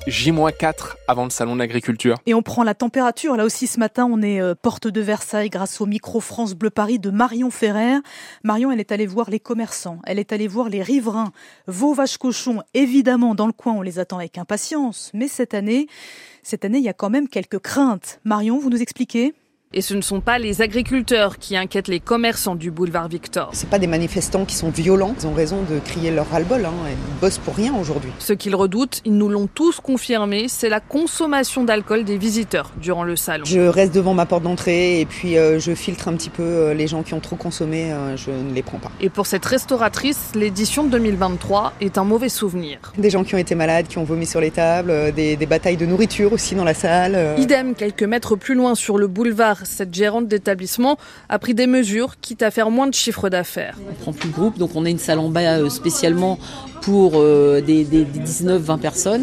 J-4 avant le salon de l'agriculture. Et on prend la température. Là aussi, ce matin, on est porte de Versailles grâce au micro France Bleu Paris de Marion Ferrer. Marion, elle est allée voir les commerçants. Elle est allée voir les riverains. Veaux, vaches, cochons, évidemment, dans le coin, on les attend avec impatience. Mais cette année, il y a quand même quelques craintes. Marion, vous nous expliquez ? Et ce ne sont pas les agriculteurs qui inquiètent les commerçants du boulevard Victor. C'est pas des manifestants qui sont violents. Ils ont raison de crier leur ras-le-bol. Ils bossent pour rien aujourd'hui. Ce qu'ils redoutent, ils nous l'ont tous confirmé, c'est la consommation d'alcool des visiteurs durant le salon. Je reste devant ma porte d'entrée et puis je filtre un petit peu les gens qui ont trop consommé. Je ne les prends pas. Et pour cette restauratrice, l'édition 2023 est un mauvais souvenir. Des gens qui ont été malades, qui ont vomi sur les tables, des batailles de nourriture aussi dans la salle. Idem, quelques mètres plus loin sur le boulevard, cette gérante d'établissement a pris des mesures, quitte à faire moins de chiffre d'affaires. On prend plus de groupe, donc on a une salle en bas spécialement pour des 19-20 personnes,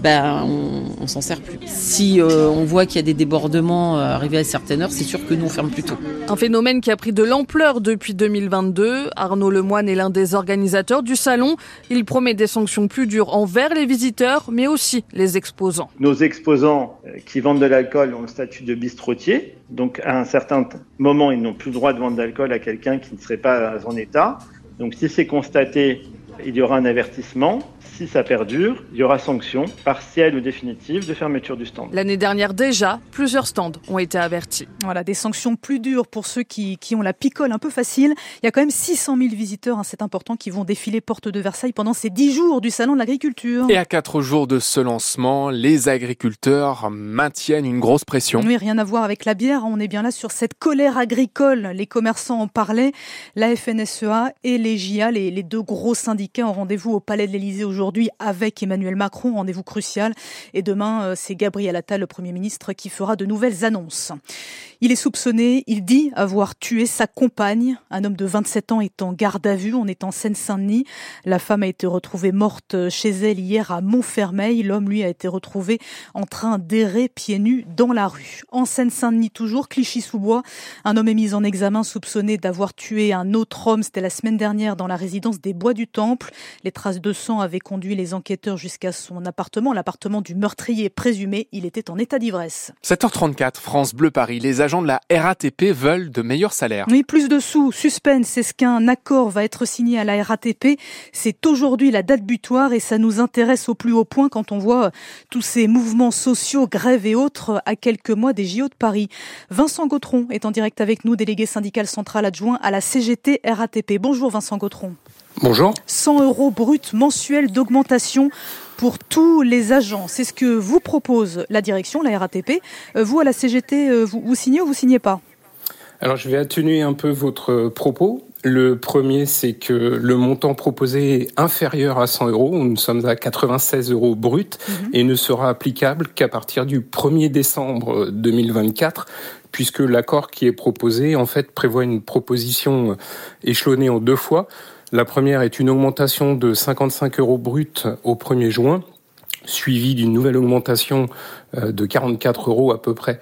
on s'en sert plus. Si on voit qu'il y a des débordements arrivés à certaines heures, c'est sûr que nous on ferme plus tôt. Un phénomène qui a pris de l'ampleur depuis 2022. Arnaud Lemoine est l'un des organisateurs du salon. Il promet des sanctions plus dures envers les visiteurs, mais aussi les exposants. Nos exposants qui vendent de l'alcool ont le statut de bistrotier. Donc à un certain moment, ils n'ont plus le droit de vendre de l'alcool à quelqu'un qui ne serait pas en état. Donc si c'est constaté, il y aura un avertissement. Si ça perdure, il y aura sanction partielle ou définitive de fermeture du stand. L'année dernière déjà, plusieurs stands ont été avertis. Voilà, des sanctions plus dures pour ceux qui ont la picole un peu facile. Il y a quand même 600 000 visiteurs, c'est important, qui vont défiler porte de Versailles pendant ces 10 jours du salon de l'agriculture. Et à 4 jours de ce lancement, les agriculteurs maintiennent une grosse pression. Oui, rien à voir avec la bière, on est bien là sur cette colère agricole. Les commerçants en parlaient, la FNSEA et les JA, les deux gros syndicats, ont rendez-vous au Palais de l'Élysée aujourd'hui avec Emmanuel Macron, rendez-vous crucial. Et demain, c'est Gabriel Attal, le Premier ministre, qui fera de nouvelles annonces. Il est soupçonné, il dit avoir tué sa compagne. Un homme de 27 ans est en garde à vue, on est en Seine-Saint-Denis. La femme a été retrouvée morte chez elle hier à Montfermeil. L'homme, lui, a été retrouvé en train d'errer pieds nus dans la rue. En Seine-Saint-Denis toujours, Clichy-sous-Bois, un homme est mis en examen soupçonné d'avoir tué un autre homme. C'était la semaine dernière dans la résidence des Bois du Temple. Les traces de sang avaient conduit les enquêteurs jusqu'à son appartement, l'appartement du meurtrier présumé. Il était en état d'ivresse. 7h34, France Bleu Paris. Les agents de la RATP veulent de meilleurs salaires. Oui, plus de sous, suspense, c'est ce qu'un accord va être signé à la RATP. C'est aujourd'hui la date butoir et ça nous intéresse au plus haut point quand on voit tous ces mouvements sociaux, grèves et autres à quelques mois des JO de Paris. Vincent Gautron est en direct avec nous, délégué syndical central adjoint à la CGT RATP. Bonjour Vincent Gautron. Bonjour. 100 € brut mensuels d'augmentation pour tous les agents. C'est ce que vous propose la direction, la RATP. Vous, à la CGT, vous signez ou vous signez pas ? Alors, je vais atténuer un peu votre propos. Le premier, c'est que le montant proposé est inférieur à 100 €. Nous sommes à 96 € brut et ne sera applicable qu'à partir du 1er décembre 2024, puisque l'accord qui est proposé, en fait, prévoit une proposition échelonnée en 2 fois. La première est une augmentation de 55 € brut au 1er juin, suivie d'une nouvelle augmentation de 44 € à peu près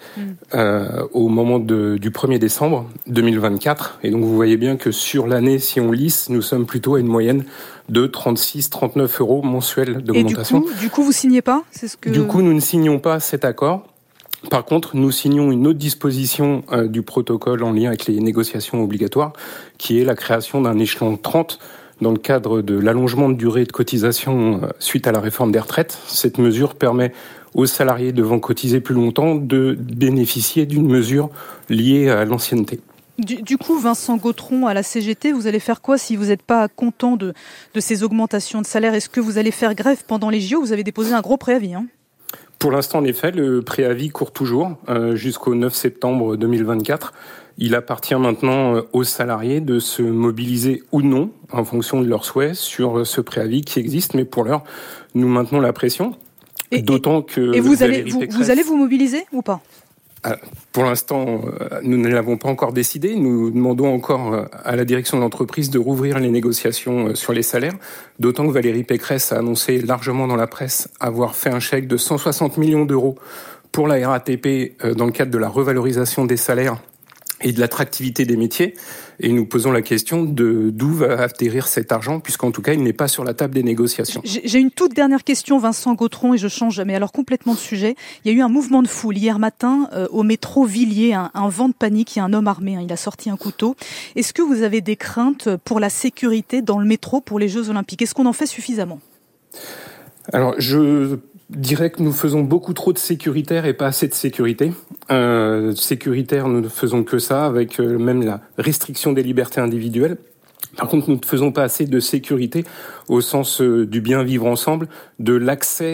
au moment du 1er décembre 2024. Et donc vous voyez bien que sur l'année, si on lisse, nous sommes plutôt à une moyenne de 36-39 € mensuels d'augmentation. Et du coup, vous signez pas ? Du coup, nous ne signons pas cet accord. Par contre, nous signons une autre disposition du protocole en lien avec les négociations obligatoires, qui est la création d'un échelon 30 dans le cadre de l'allongement de durée de cotisation suite à la réforme des retraites. Cette mesure permet aux salariés devant cotiser plus longtemps de bénéficier d'une mesure liée à l'ancienneté. Du coup, Vincent Gautron, à la CGT, vous allez faire quoi si vous n'êtes pas content de ces augmentations de salaire ? Est-ce que vous allez faire grève pendant les JO ? Vous avez déposé un gros préavis, Pour l'instant, en effet, le préavis court toujours jusqu'au 9 septembre 2024. Il appartient maintenant aux salariés de se mobiliser ou non, en fonction de leurs souhaits, sur ce préavis qui existe. Mais pour l'heure, nous maintenons la pression. D'autant que vous allez vous mobiliser ou pas ? Pour l'instant, nous ne l'avons pas encore décidé. Nous demandons encore à la direction de l'entreprise de rouvrir les négociations sur les salaires. D'autant que Valérie Pécresse a annoncé largement dans la presse avoir fait un chèque de 160 millions € pour la RATP dans le cadre de la revalorisation des salaires et de l'attractivité des métiers. Et nous posons la question de d'où va atterrir cet argent, puisqu'en tout cas, il n'est pas sur la table des négociations. J'ai une toute dernière question, Vincent Gautron, et je change, mais alors complètement de sujet. Il y a eu un mouvement de foule hier matin au métro Villiers, un vent de panique. Il y a un homme armé, il a sorti un couteau. Est-ce que vous avez des craintes pour la sécurité dans le métro pour les Jeux Olympiques? Est-ce qu'on en fait suffisamment? Alors, je dirais que nous faisons beaucoup trop de sécuritaire et pas assez de sécurité. Sécuritaire, nous ne faisons que ça, avec même la restriction des libertés individuelles. Par contre, nous ne faisons pas assez de sécurité au sens du bien vivre ensemble, de l'accès